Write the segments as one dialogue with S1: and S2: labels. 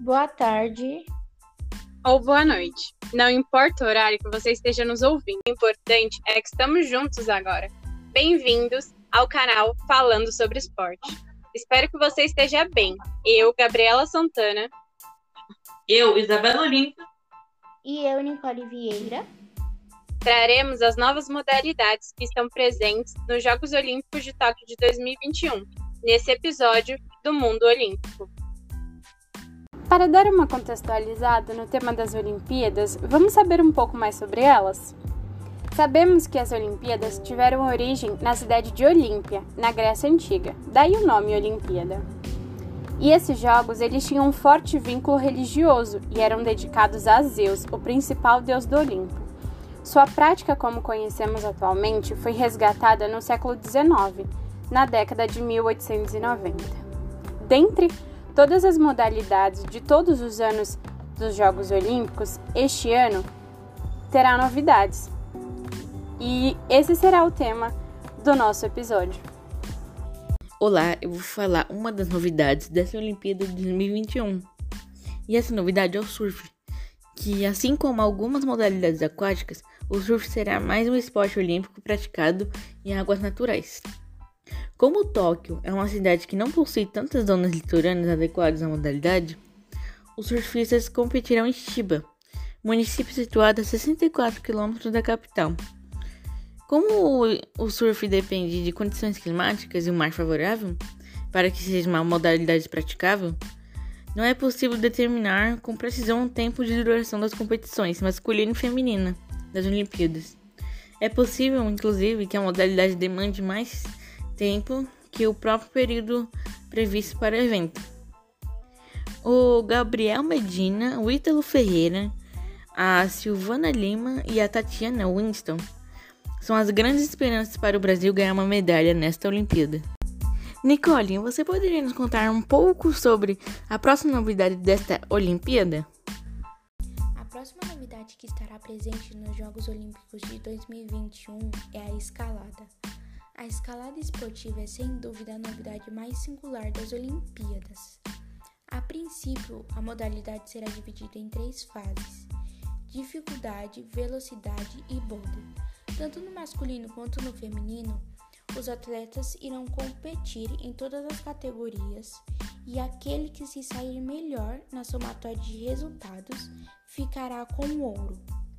S1: Boa tarde.
S2: Ou boa noite. Não importa o horário que você esteja nos ouvindo, o importante é que estamos juntos agora. Bem-vindos ao canal Falando sobre Esporte. Espero que você esteja bem. Eu, Gabriela Santana.
S3: Eu, Isabela Olimpo.
S1: E eu, Nicole Vieira.
S2: Traremos as novas modalidades que estão presentes nos Jogos Olímpicos de Tóquio de 2021, nesse episódio do Mundo Olímpico.
S4: Para dar uma contextualizada no tema das Olimpíadas, vamos saber um pouco mais sobre elas? Sabemos que as Olimpíadas tiveram origem na cidade de Olímpia, na Grécia Antiga, daí o nome Olimpíada. E esses jogos eles tinham um forte vínculo religioso e eram dedicados a Zeus, o principal deus do Olimpo. Sua prática, como conhecemos atualmente, foi resgatada no século XIX, na década de 1890. Dentre todas as modalidades de todos os anos dos Jogos Olímpicos, este ano terá novidades. E esse será o tema do nosso episódio.
S3: Olá, eu vou falar uma das novidades dessa Olimpíada de 2021. E essa novidade é o surf, que assim como algumas modalidades aquáticas, o surf será mais um esporte olímpico praticado em águas naturais. Como Tóquio é uma cidade que não possui tantas zonas litorâneas adequadas à modalidade, os surfistas competirão em Chiba, município situado a 64 km da capital. Como o surf depende de condições climáticas e um mar favorável, para que seja uma modalidade praticável, não é possível determinar com precisão o tempo de duração das competições masculina e feminina das Olimpíadas. É possível, inclusive, que a modalidade demande mais tempo que o próprio período previsto para o evento. O Gabriel Medina, o Ítalo Ferreira, a Silvana Lima e a Tatiana Winston são as grandes esperanças para o Brasil ganhar uma medalha nesta Olimpíada. Nicole, você poderia nos contar um pouco sobre a próxima novidade desta Olimpíada?
S5: A próxima novidade que estará presente nos Jogos Olímpicos de 2021 é a escalada. A escalada esportiva é sem dúvida a novidade mais singular das Olimpíadas. A princípio, a modalidade será dividida em 3 fases: dificuldade, velocidade e boulder. Tanto no masculino quanto no feminino, os atletas irão competir em todas as categorias e aquele que se sair melhor na somatória de resultados ficará com o ouro.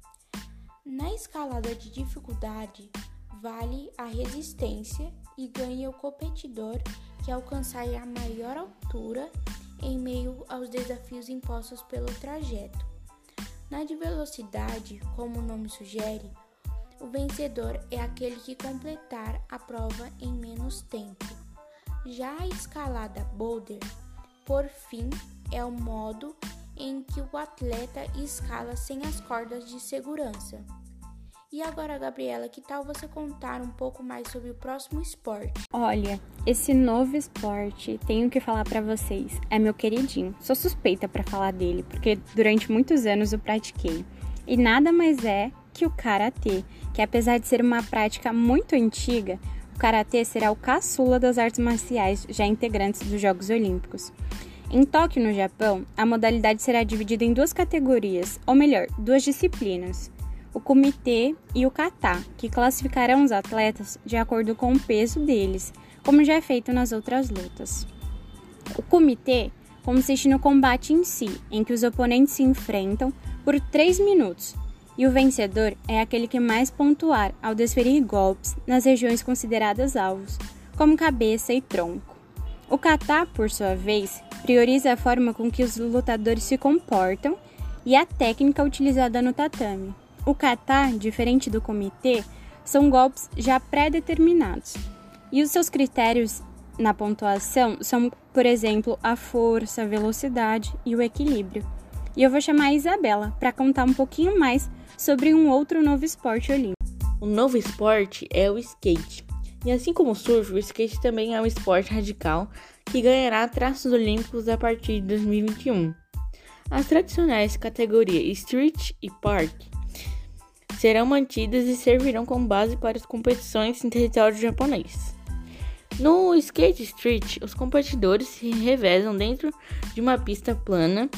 S5: Na escalada de dificuldade, vale a resistência e ganha o competidor que alcançar a maior altura em meio aos desafios impostos pelo trajeto. Na de velocidade, como o nome sugere, o vencedor é aquele que completar a prova em menos tempo. Já a escalada boulder, por fim, é o modo em que o atleta escala sem as cordas de segurança. E agora, Gabriela, que tal você contar um pouco mais sobre o próximo esporte?
S4: Olha, esse novo esporte, tenho que falar pra vocês, é meu queridinho. Sou suspeita pra falar dele, porque durante muitos anos eu pratiquei. E nada mais é que o karatê, que apesar de ser uma prática muito antiga, o karatê será o caçula das artes marciais já integrantes dos Jogos Olímpicos. Em Tóquio, no Japão, a modalidade será dividida em 2 categorias, ou melhor, 2 disciplinas: o kumite e o kata, que classificarão os atletas de acordo com o peso deles, como já é feito nas outras lutas. O kumite consiste no combate em si, em que os oponentes se enfrentam por 3 minutos, e o vencedor é aquele que mais pontuar ao desferir golpes nas regiões consideradas alvos, como cabeça e tronco. O kata, por sua vez, prioriza a forma com que os lutadores se comportam e a técnica utilizada no tatame. O kata, diferente do kumite, são golpes já pré-determinados, e os seus critérios na pontuação são, por exemplo, a força, a velocidade e o equilíbrio. E eu vou chamar a Isabela para contar um pouquinho mais sobre um outro novo esporte olímpico.
S3: O novo esporte é o skate. E assim como o surf, o skate também é um esporte radical que ganhará traços olímpicos a partir de 2021. As tradicionais categorias Street e Park serão mantidas e servirão como base para as competições em território japonês. No skate street, os competidores se revezam dentro de uma pista plana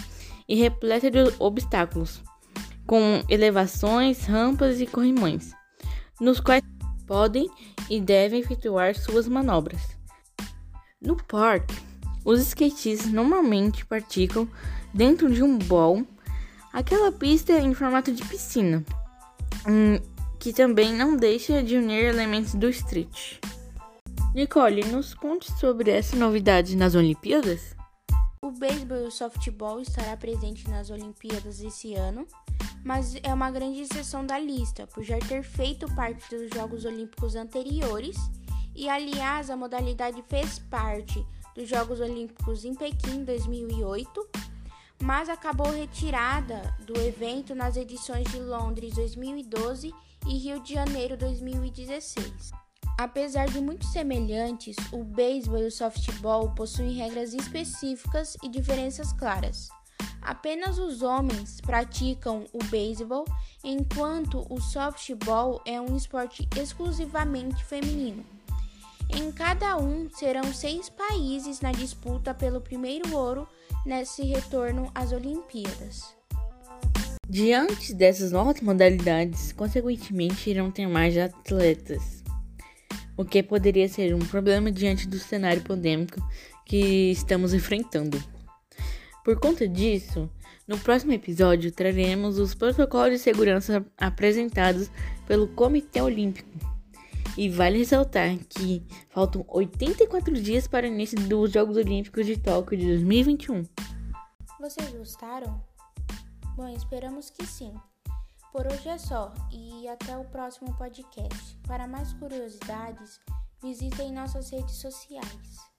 S3: e repleta de obstáculos, com elevações, rampas e corrimões, nos quais podem e devem efetuar suas manobras. No parque, os skatistas normalmente praticam dentro de um bowl, aquela pista em formato de piscina, que também não deixa de unir elementos do street. Nicole, nos conte sobre essa novidade nas Olimpíadas.
S5: O beisebol e o softball estará presente nas Olimpíadas esse ano, mas é uma grande exceção da lista, por já ter feito parte dos Jogos Olímpicos anteriores e, aliás, a modalidade fez parte dos Jogos Olímpicos em Pequim 2008, mas acabou retirada do evento nas edições de Londres 2012 e Rio de Janeiro 2016. Apesar de muito semelhantes, o beisebol e o softball possuem regras específicas e diferenças claras. Apenas os homens praticam o beisebol, enquanto o softball é um esporte exclusivamente feminino. Em cada um, serão 6 países na disputa pelo primeiro ouro nesse retorno às Olimpíadas.
S3: Diante dessas novas modalidades, consequentemente irão ter mais atletas, o que poderia ser um problema diante do cenário pandêmico que estamos enfrentando. Por conta disso, no próximo episódio traremos os protocolos de segurança apresentados pelo Comitê Olímpico. E vale ressaltar que faltam 84 dias para o início dos Jogos Olímpicos de Tóquio de 2021.
S5: Vocês gostaram? Bom, esperamos que sim. Por hoje é só e até o próximo podcast. Para mais curiosidades, visitem nossas redes sociais.